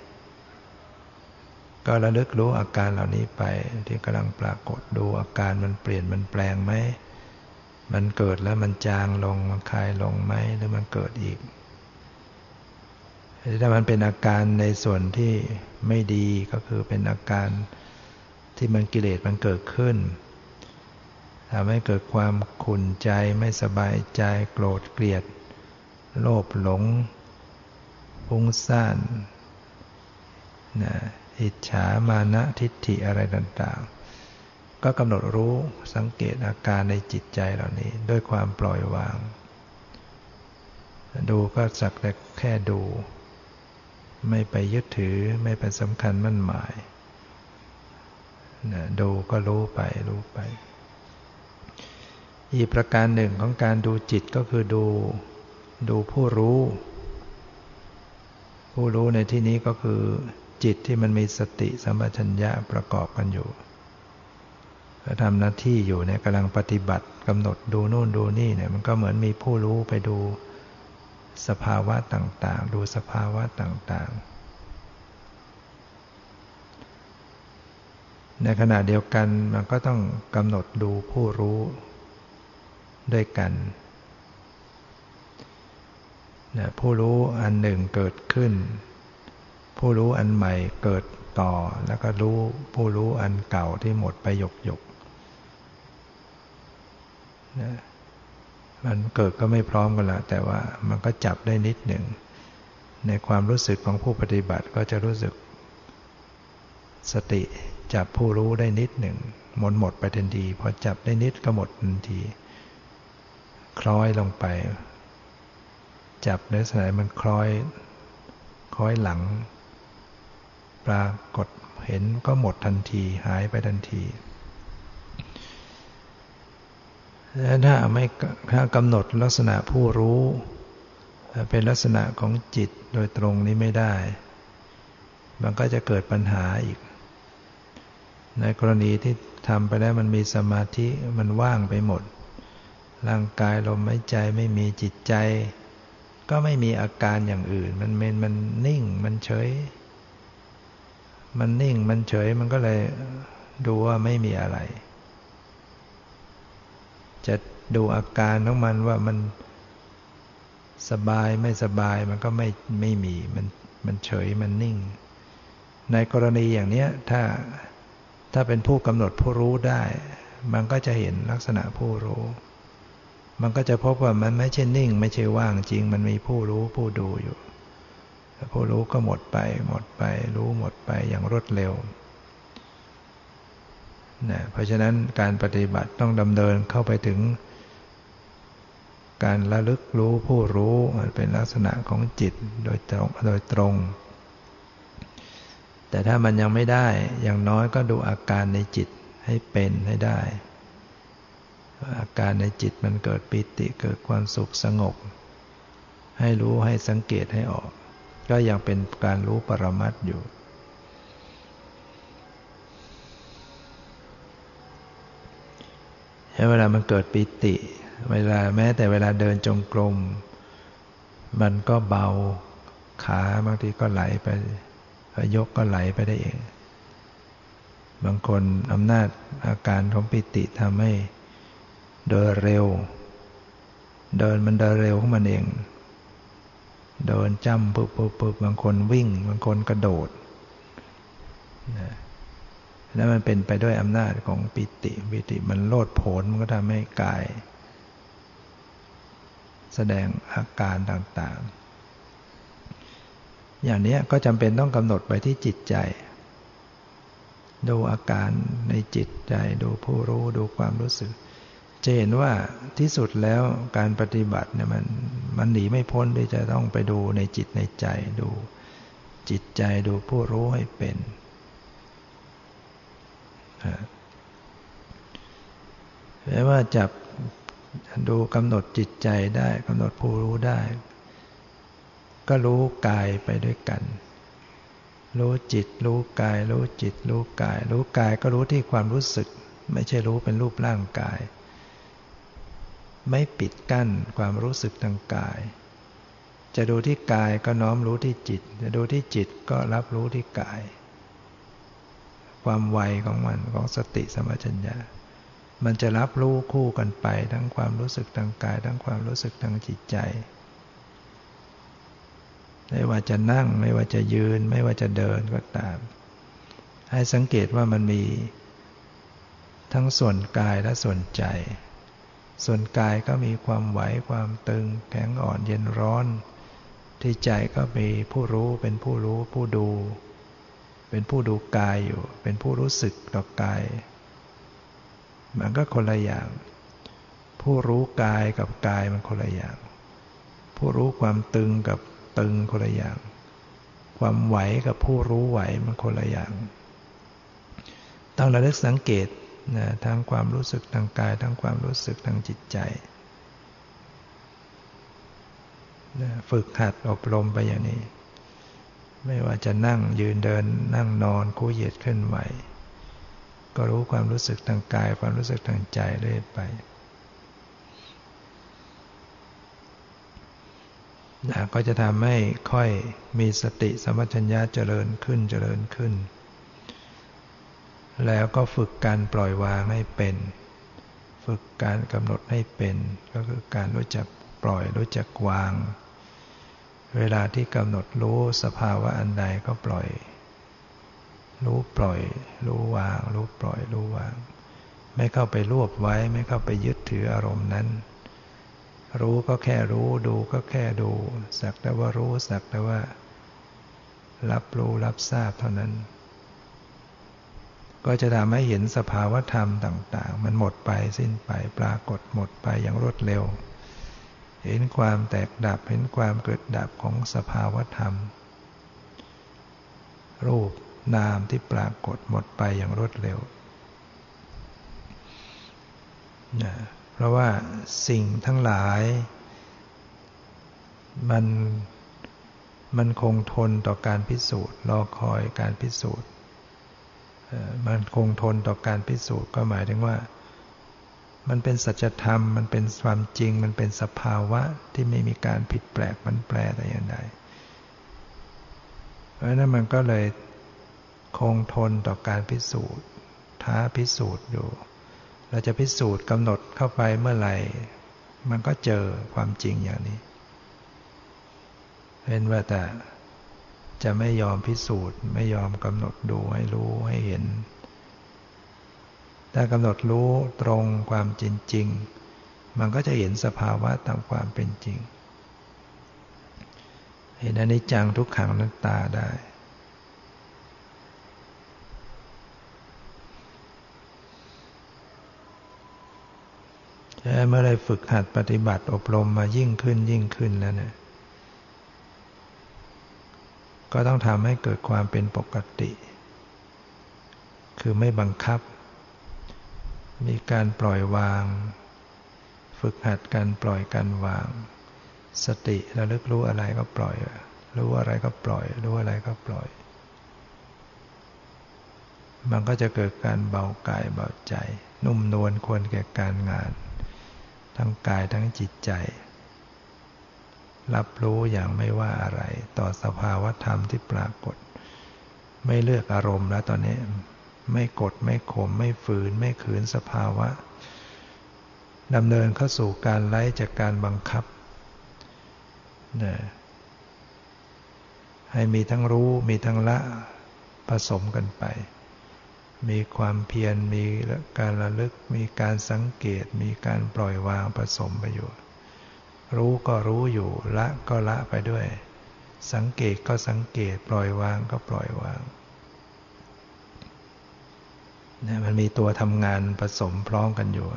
ก็ระลึกรู้อาการเหล่านี้ไปที่กำลังปรากฏดูอาการมันเปลี่ยนมันแปลงไหมมันเกิดแล้วมันจางลงมันคลายลงไหมหรือมันเกิดอีกถ้ามันเป็นอาการในส่วนที่ไม่ดีก็คือเป็นอาการที่มันกิเลสมันเกิดขึ้นทำให้เกิดความขุ่นใจไม่สบายใจโกรธเกลียดโลภหลงฟุ้งซ่านนะอิจฉามานะทิฏฐิอะไรต่างๆก็กำหนดรู้สังเกตอาการในจิตใจเหล่านี้ด้วยความปล่อยวางดูก็สักแต่แค่ดูไม่ไปยึดถือไม่ไปสำคัญมั่นหมายนะดูก็รู้ไปรู้ไปอีกประการหนึ่งของการดูจิตก็คือดูดูผู้รู้ผู้รู้ในที่นี้ก็คือจิตที่มันมีสติสัมปชัญญะประกอบกันอยู่ทำหน้าที่อยู่เนี่ยกำลังปฏิบัติกำหนดดูโน่นดูนี่เนี่ยมันก็เหมือนมีผู้รู้ไปดูสภาวะต่างๆดูสภาวะต่างๆในขณะเดียวกันมันก็ต้องกำหนดดูผู้รู้ด้วยกันนะผู้รู้อันหนึ่งเกิดขึ้นผู้รู้อันใหม่เกิดต่อแล้วก็รู้ผู้รู้อันเก่าที่หมดไปหยกหยกนะมันเกิดก็ไม่พร้อมกันละแต่ว่ามันก็จับได้นิดหนึ่งในความรู้สึกของผู้ปฏิบัติก็จะรู้สึกสติจับผู้รู้ได้นิดหนึ่งหมดหมดไปทันทีพอจับได้นิดก็หมดทันทีคล้อยลงไปจับในลักษณะมันคล้อยคล้อยหลังปรากฏเห็นก็หมดทันทีหายไปทันทีและถ้าไม่ถ้ากำหนดลักษณะผู้รู้เป็นลักษณะของจิตโดยตรงนี้ไม่ได้มันก็จะเกิดปัญหาอีกในกรณีที่ทำไปแล้วมันมีสมาธิมันว่างไปหมดร่างกายลมหายใจไม่มีจิตใจก็ไม่มีอาการอย่างอื่นมันมันมันนิ่งมันเฉยมันนิ่งมันเฉยมันก็เลยดูว่าไม่มีอะไรจะดูอาการของมันว่ามันสบายไม่สบายมันก็ไม่ไม่มีมันมันเฉยมันนิ่งในกรณีอย่างนี้ถ้าถ้าเป็นผู้กำหนดผู้รู้ได้มันก็จะเห็นลักษณะผู้รู้มันก็จะพบว่ามันไม่ใช่นิ่งไม่ใช่ว่างจริงมันมีผู้รู้ผู้ดูอยู่ผู้รู้ก็หมดไปหมดไปรู้หมดไปอย่างรวดเร็วนะเพราะฉะนั้นการปฏิบัติต้องดำเนินเข้าไปถึงการระลึกรู้ผู้รู้มันเป็นลักษณะของจิตโดยตรงโดยตรงแต่ถ้ามันยังไม่ได้อย่างน้อยก็ดูอาการในจิตให้เป็นให้ได้อาการในจิตมันเกิดปิติเกิดความสุขสงบให้รู้ให้สังเกตให้ออกก็ยังเป็นการรู้ปรมัตถ์อยู่เวลามันเกิดปิติเวลาแม้แต่เวลาเดินจงกรมมันก็เบาขาบางทีก็ไหลไปยกก็ไหลไปได้เองบางคนอำนาจอาการของปิติทำให้เดินเร็วเดินมันเดินเร็วของมันเองเดินจ้ำปึ๊บปึ๊บปึ๊บบางคนวิ่งบางคนกระโดดนะแล้วมันเป็นไปด้วยอำนาจของปิติปิติมันโลดโผนมันก็ทำให้กายแสดงอาการต่างๆอย่างนี้ก็จำเป็นต้องกำหนดไปที่จิตใจดูอาการในจิตใจดูผู้รู้ดูความรู้สึกจะเห็นว่าที่สุดแล้วการปฏิบัติเนี่ยมันมันหนีไม่พ้นที่จะต้องไปดูในจิตในใจดูจิตใจดูผู้รู้ให้เป็นแม้ว่าจับดูกำหนดจิตใจได้กำหนดผู้รู้ได้ก็รู้กายไปด้วยกันรู้จิตรู้กายรู้จิตรู้กายรู้กายก็รู้ที่ความรู้สึกไม่ใช่รู้เป็นรูปร่างกายไม่ปิดกั้นความรู้สึกทางกายจะดูที่กายก็น้อมรู้ที่จิตจะดูที่จิตก็รับรู้ที่กายความไวของมันของสติสัมปชัญญะมันจะรับรู้คู่กันไปทั้งความรู้สึกทางกายทั้งความรู้สึกทางจิตใจไม่ว่าจะนั่งไม่ว่าจะยืนไม่ว่าจะเดินก็ตามให้สังเกตว่ามันมีทั้งส่วนกายและส่วนใจส่วนกายก็มีความไหวความตึงแข็งอ่อนเย็นร้อนที่ใจก็มีผู้รู้เป็นผู้รู้ผู้ดูเป็นผู้ดูกายอยู่เป็นผู้รู้สึกต่อกายมันก็คนละอย่างผู้รู้กายกับกายมันคนละอย่างผู้รู้ความตึงกับตึงคนละอย่างความไหวกับผู้รู้ไหวมันคนละอย่างต้องระลึกสังเกตนะทั้งความรู้สึกทางกายทั้งความรู้สึกทางจิตใจนะฝึกหัดอบรมไปอย่างนี้ไม่ว่าจะนั่งยืนเดินนั่งนอนคู่เหยียดเคลื่อนไหวก็รู้ความรู้สึกทางกายความรู้สึกทางใจเรื่อยไปนะก็จะทำให้ค่อยมีสติสัมปชัญญะเจริญขึ้นเจริญขึ้นแล้วก็ฝึกการปล่อยวางให้เป็นฝึกการกำหนดให้เป็นก็คือการรู้จักปล่อยรู้จักวางเวลาที่กำหนดรู้สภาวะอันใดก็ปล่อยรู้ปล่อยรู้วางรู้ปล่อยรู้วางไม่เข้าไปรวบไว้ไม่เข้าไปยึดถืออารมณ์นั้นรู้ก็แค่รู้ดูก็แค่ดูสักแต่ว่ารู้สักแต่ว่ารับรู้รับทราบเท่านั้นก็จะทำให้เห็นสภาวธรรมต่างๆมันหมดไปสิ้นไปปรากฏหมดไปอย่างรวดเร็วเห็นความแตกดับเห็นความเกิดดับของสภาวธรรมรูปนามที่ปรากฏหมดไปอย่างรวดเร็วนะเพราะว่าสิ่งทั้งหลายมันมันคงทนต่อการพิสูจน์รอคอยการพิสูจน์มันคงทนต่อการพิสูจน์ก็หมายถึงว่ามันเป็นสัจธรรมมันเป็นความจริงมันเป็นสภาวะที่ไม่มีการผิดแปลกมันแปรแต่อย่างใดเพราะฉะนั้นมันก็เลยคงทนต่อการพิสูจน์ท้าพิสูจน์อยู่เราจะพิสูจน์กำหนดเข้าไปเมื่อไหร่มันก็เจอความจริงอย่างนี้เป็นว่าแต่จะไม่ยอมพิสูจน์ไม่ยอมกำหนดดูให้รู้ให้เห็นถ้ากำหนดรู้ตรงความจริงจริงมันก็จะเห็นสภาวะตามความเป็นจริงเห็นอนิจจังทุกขังอนัตตาได้เมื่อได้ฝึกหัดปฏิบัติอบรมมายิ่งขึ้นยิ่งขึ้นแล้วเนี่ยก็ต้องทำให้เกิดความเป็นปกติคือไม่บังคับมีการปล่อยวางฝึกหัดการปล่อยการวางสติระลึกรู้อะไรก็ปล่อยรู้อะไรก็ปล่อยรู้อะไรก็ปล่อยมันก็จะเกิดการเบากายเบาใจนุ่มนวลควรแก่การงานทั้งกายทั้งจิตใจรับรู้อย่างไม่ว่าอะไรต่อสภาวะธรรมที่ปรากฏไม่เลือกอารมณ์แล้วตอนนี้ไม่กดไม่ข่มไม่ฝืนไม่ขืนสภาวะดำเนินเข้าสู่การไล่จากการบังคับนะให้มีทั้งรู้มีทั้งละผสมกันไปมีความเพียรมีการระลึกมีการสังเกตมีการปล่อยวางผสมไปอยู่รู้ก็รู้อยู่ละก็ละไปด้วยสังเกตก็สังเกตปล่อยวางก็ปล่อยวางเนี่ยมันมีตัวทำงานผสมพร้อมกันอยู่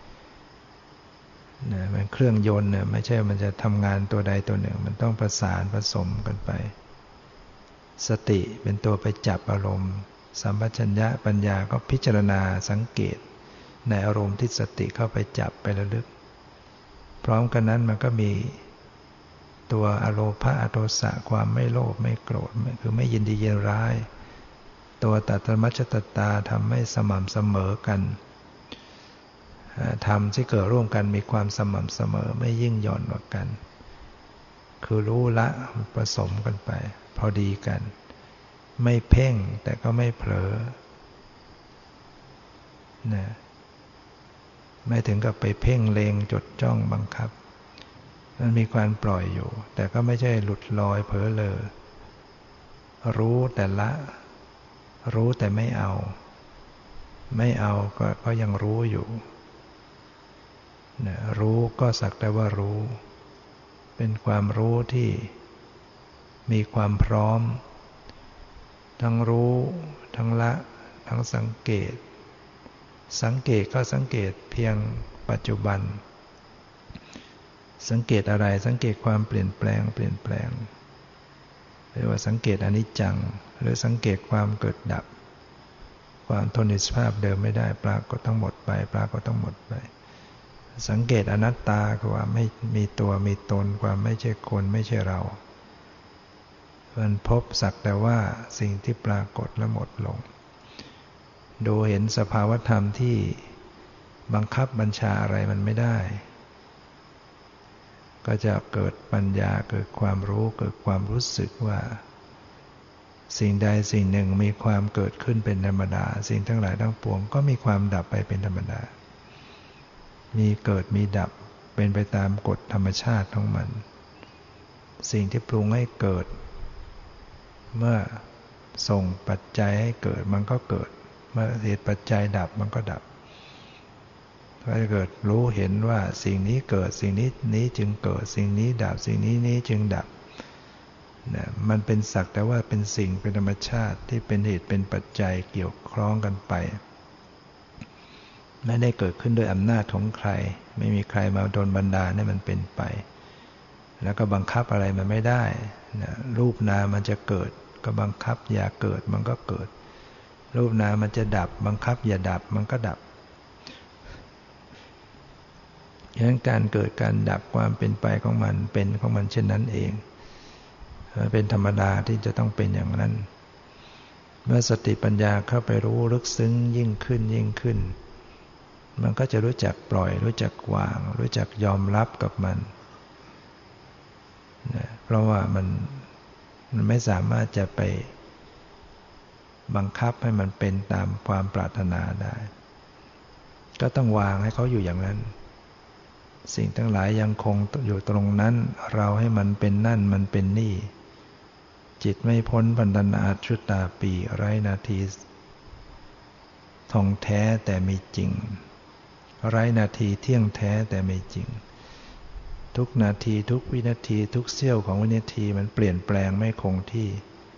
เนี่ยมันเครื่องยนต์เนี่ยไม่ใช่มันจะทำงานตัวใดตัวหนึ่งมันต้องประสานผสมกันไปสติเป็นตัวไปจับอารมณ์สัมปชัญญะปัญญาก็พิจารณาสังเกตในอารมณ์ที่สติเข้าไปจับไประลึกพร้อมกันนั้นมันก็มีตัวอโลภะอโทสะความไม่โลภไม่โกรธคือไม่ยินดียินร้ายตัวตัตมัชฌัตตาทำให้สม่ำเสมอกันธรรมที่เกิดร่วมกันมีความสม่ำเสมอไม่ยิ่งหย่อนกว่ากันคือรู้ละผสมกันไปพอดีกันไม่เพ่งแต่ก็ไม่เผลอนะไม่ถึงกับไปเพ่งเลงจดจ้องบังคับมันมีความปล่อยอยู่แต่ก็ไม่ใช่หลุดลอยเผลอเลอรู้แต่ละรู้แต่ไม่เอาไม่เอาก็ก็ยังรู้อยู่นะรู้ก็สักแต่ว่ารู้เป็นความรู้ที่มีความพร้อมทั้งรู้ทั้งละทั้งสังเกตสังเกตก็สังเกตเพียงปัจจุบันสังเกตอะไรสังเกตความเปลี่ยนแปลงเปลี่ยนแปลงเรียกว่าสังเกตอนิจจังหรือสังเกตความเกิดดับความทนในสภาพเดิมไม่ได้ปรากฏทั้งหมดไปปรากฏทั้งหมดไปสังเกตอนัตตาคือว่าไม่มีตัวมีตนความไม่ใช่คนไม่ใช่เรามันพบสักแต่ว่าสิ่งที่ปรากฏและหมดลงดูเห็นสภาวธรรมที่บังคับบัญชาอะไรมันไม่ได้ก็จะเกิดปัญญาเกิดความรู้เกิดความรู้สึกว่าสิ่งใดสิ่งหนึ่งมีความเกิดขึ้นเป็นธรรมดาสิ่งทั้งหลายทั้งปวงก็มีความดับไปเป็นธรรมดามีเกิดมีดับเป็นไปตามกฎธรรมชาติของมันสิ่งที่ปรุงให้เกิดเมื่อส่งปัจจัยให้เกิดมันก็เกิดเมื่อเหตุปัจจัยดับมันก็ดับถ้าเกิดรู้เห็นว่าสิ่งนี้เกิดสิ่งนี้นี้จึงเกิดสิ่งนี้ดับสิ่งนี้นี้จึงดับนะมันเป็นสักแต่ว่าเป็นสิ่งเป็นธรรมชาติที่เป็นเหตุเป็นปัจจัยเกี่ยวข้องกันไปไม่ได้เกิดขึ้นโดยอำนาจของใครไม่มีใครมาโดนบันดาลให้มันเป็นไปแล้วก็บังคับอะไรมันไม่ได้นะรูปนามมันจะเกิดก็บังคับอย่าเกิดมันก็เกิดรูปนามมันจะดับบังคับอย่าดับมันก็ดับฉะนั้นการเกิดการดับความเป็นไปของมันเป็นของมันเช่นนั้นเองเป็นธรรมดาที่จะต้องเป็นอย่างนั้นเมื่อสติปัญญาเข้าไปรู้ลึกซึ้งยิ่งขึ้นยิ่งขึ้นมันก็จะรู้จักปล่อยรู้จักวางรู้จักยอมรับกับมันนะเพราะว่ามันมันไม่สามารถจะไปบังคับให้มันเป็นตามความปรารถนาได้ก็ต้องวางให้เขาอยู่อย่างนั้นสิ่งทั้งหลายยังคงอยู่ตรงนั้นเราให้มันเป็นนั่นมันเป็นนี่จิตไม่พ้นพันธนาชุตตาปีไร้นาทีทองแท้แต่มีจริงไร้นาทีเที่ยงแท้แต่ไม่จริงทุกนาทีทุกวินาทีทุกเสี้ยวของวินาทีมันเปลี่ยนแปลงไม่คงที่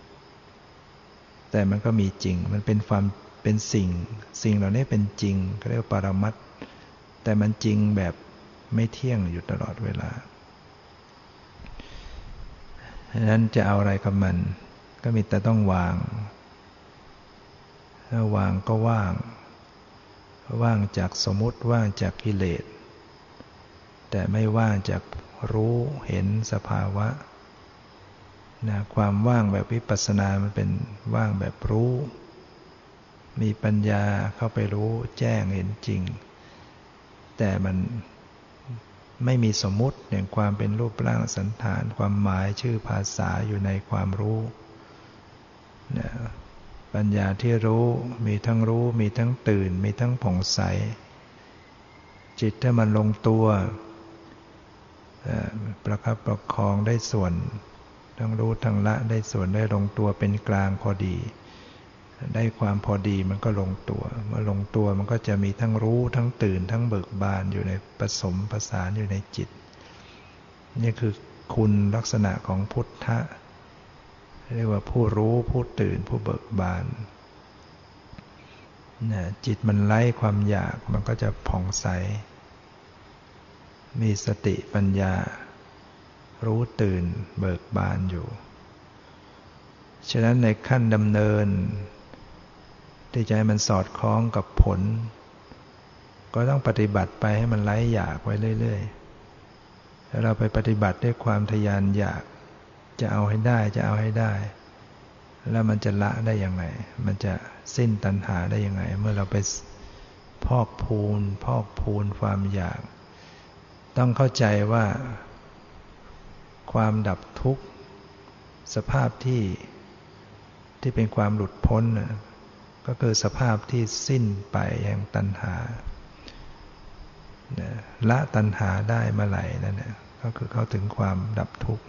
แต่มันก็มีจริงมันเป็นความเป็นสิ่งสิ่งเหล่านี้เป็นจริงก็เรียกว่าปรมัตถ์แต่มันจริงแบบไม่เที่ยงอยู่ตลอดเวลาฉะนั้นจะเอาอะไรกับมันก็มีแต่ต้องวางถ้าวางก็ว่างว่างจากสมมุติว่างจากกิเลสแต่ไม่ว่างจากรู้เห็นสภาวะนะความว่างแบบวิปัสสนามันเป็นว่างแบบรู้มีปัญญาเข้าไปรู้แจ้งเห็นจริงแต่มันไม่มีสมมุติอย่างความเป็นรูปร่างสันฐานความหมายชื่อภาษาอยู่ในความรู้นะปัญญาที่รู้มีทั้งรู้มีทั้งตื่นมีทั้งผ่องใสจิตถ้ามันลงตัวประคับประคองได้ส่วนทั้งรู้ทั้งละได้ส่วนได้ลงตัวเป็นกลางพอดีได้ความพอดีมันก็ลงตัวเมื่อลงตัวมันก็จะมีทั้งรู้ทั้งตื่นทั้งเบิกบานอยู่ในผสมผสานอยู่ในจิตนี่คือคุณลักษณะของพุทธะเรียกว่าผู้รู้ผู้ตื่นผู้เบิกบานนะจิตมันไร้ความอยากมันก็จะผ่องใสมีสติปัญญารู้ตื่นเบิกบานอยู่ฉะนั้นในขั้นดำเนินที่จะให้มันสอดคล้องกับผลก็ต้องปฏิบัติไปให้มันไร้อยากไว้เรื่อยๆแล้วเราไปปฏิบัติด้วยความทะยานอยากจะเอาให้ได้จะเอาให้ได้แล้วมันจะละได้ยังไงมันจะสิ้นตัณหาได้ยังไงเมื่อเราไปพอกพูนพอกพูนความอยากต้องเข้าใจว่าความดับทุกข์สภาพที่ที่เป็นความหลุดพ้นก็คือสภาพที่สิ้นไปแห่งตัณหาละตัณหาได้เมื่อไหร่นั่นแหละก็คือเข้าถึงความดับทุกข์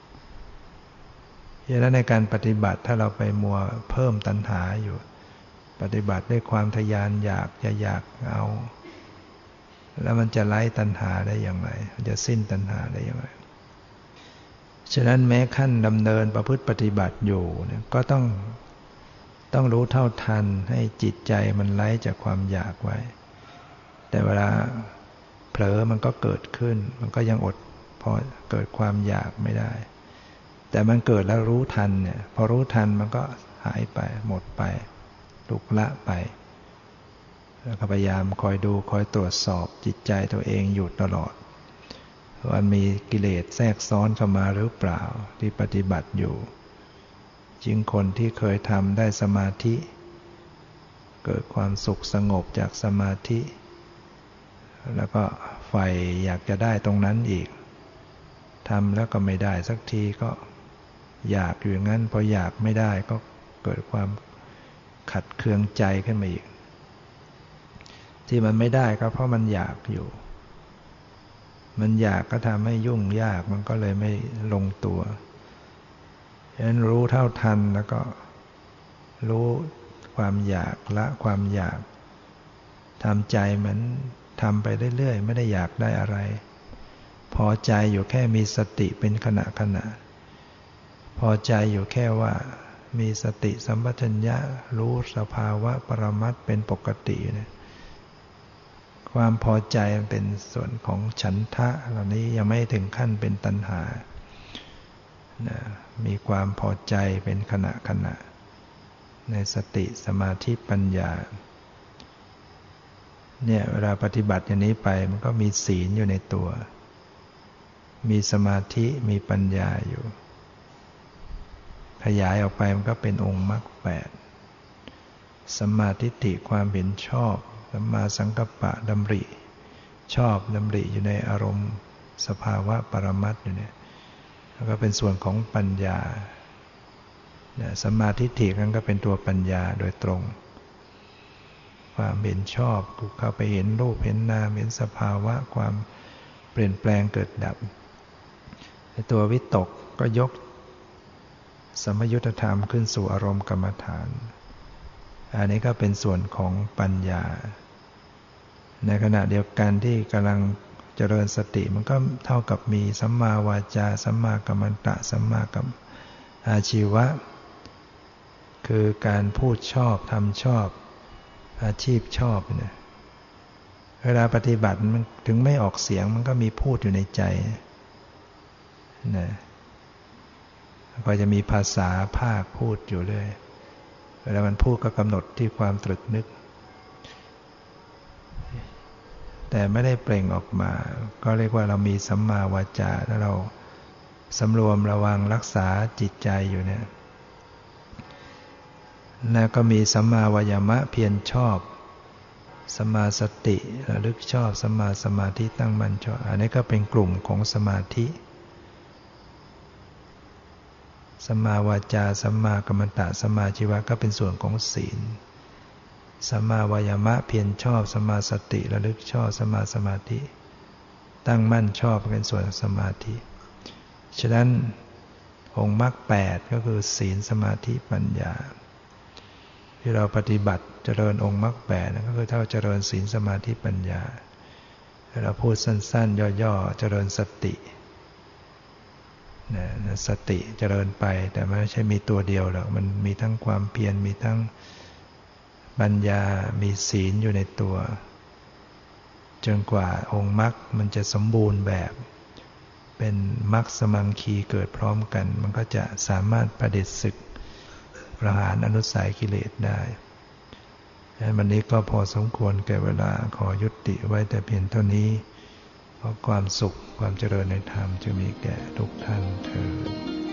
ฉะนั้นในการปฏิบัติถ้าเราไปมัวเพิ่มตัณหาอยู่ปฏิบัติด้วยความทะยานอยากจะอยากเอาแล้วมันจะไล่ตัณหาได้อย่างไรมันจะสิ้นตัณหาได้อย่างไรฉะนั้นแม้ขั้นดำเนินประพฤติปฏิบัติอยู่เนี่ยก็ต้องต้องรู้เท่าทันให้จิตใจมันไล่จากความอยากไว้แต่เวลาเผลอมันก็เกิดขึ้นมันก็ยังอดพอเกิดความอยากไม่ได้แต่มันเกิดแล้วรู้ทันเนี่ยพอรู้ทันมันก็หายไปหมดไปถูกละไปแล้วก็พยายามคอยดูคอยตรวจสอบจิตใจตัวเองอยู่ตลอดว่ามีกิเลสแทรกซ้อนเข้ามาหรือเปล่าที่ปฏิบัติอยู่จึงคนที่เคยทำได้สมาธิเกิดความสุขสงบจากสมาธิแล้วก็ใฝ่อยากจะได้ตรงนั้นอีกทำแล้วก็ไม่ได้สักทีก็อยากอยู่อย่างนั้นพออยากไม่ได้ก็เกิดความขัดเคืองใจขึ้นมาอีกที่มันไม่ได้ก็เพราะมันอยากอยู่มันอยากก็ทำให้ยุ่งยากมันก็เลยไม่ลงตัวฉะนั้นรู้เท่าทันแล้วก็รู้ความอยากละความอยากทำใจเหมือนทำไปเรื่อยๆไม่ได้อยากได้อะไรพอใจอยู่แค่มีสติเป็นขณะขณะพอใจอยู่แค่ว่ามีสติสัมปชัญญะรู้สภาวะปรมัตถ์เป็นปกติเนี่ยความพอใจมันเป็นส่วนของฉันทะเหล่านี้ยังไม่ถึงขั้นเป็นตัณหานะมีความพอใจเป็นขณะขณะในสติสมาธิปัญญาเนี่ยเวลาปฏิบัติอย่างนี้ไปมันก็มีศีลอยู่ในตัวมีสมาธิมีปัญญาอยู่ขยายออกไปมันก็เป็นองค์มรรคแปดสัมมาทิฏฐิความเห็นชอบสัมมาสังกัปปะดำริชอบดำริอยู่ในอารมณ์สภาวะปรมัตถ์อยู่เนี่ยแล้วก็เป็นส่วนของปัญญาสัมมาทิฏฐินั้นก็เป็นตัวปัญญาโดยตรงความเห็นชอบเข้าไปเห็นรูปเห็นนามเห็นสภาวะความเปลี่ยนแปลงเกิดดับตัววิตกก็ยกสัมยุตธรรมขึ้นสู่อารมณ์กรรมฐานอันนี้ก็เป็นส่วนของปัญญาในขณะเดียวกันที่กำลังเจริญสติมันก็เท่ากับมีสัมมาวาจาสัมมากัมมันตะสัมมากัมอาชีวะคือการพูดชอบทำชอบอาชีพชอบเนี่ยเวลาปฏิบัติมันถึงไม่ออกเสียงมันก็มีพูดอยู่ในใจนะก็จะมีภาษาภาคพูดอยู่เลยเวลามันพูดก็กำหนดที่ความตรึกนึกแต่ไม่ได้เปล่งออกมาก็เรียกว่าเรามีสัมมาวาจาแล้วเราสำรวมระวังรักษาจิตใจอยู่เนี่ยแล้วก็มีสัมมาวายามะเพียรชอบสัมมาสติระลึกชอบสัมมาสมาธิตั้งมั่นชอบอันนี้ก็เป็นกลุ่มของสมาธิสัมมาวาจาสัมมากัมมันตะสัมมาชีวะก็เป็นส่วนของศีลสัมมาวายามะเพียรชอบสัมมาสติระลึกชอบสัมมาสมาธิตั้งมั่นชอบเป็นส่วนสมาธิฉะนั้นองค์มรรคแปดก็คือศีลสมาธิปัญญาที่เราปฏิบัติเจริญองค์มรรคแปดก็คือเท่าเจริญศีลสมาธิปัญญาเราพูดสั้นๆย่อๆเจริญสตินะสติเจริญไปแต่ไม่ใช่มีตัวเดียวหรอกมันมีทั้งความเพียรมีทั้งปัญญามีศีลอยู่ในตัวจนกว่าองค์มรรคมันจะสมบูรณ์แบบเป็นมรรคสมังคีเกิดพร้อมกันมันก็จะสามารถประเด็จศึกประหารอนุสัยกิเลสได้วันนี้ก็พอสมควรแก่เวลาขอยุติไว้แต่เพียงเท่านี้เพราะความสุขความเจริญในธรรมจะมีแก่ทุกท่านเทอญ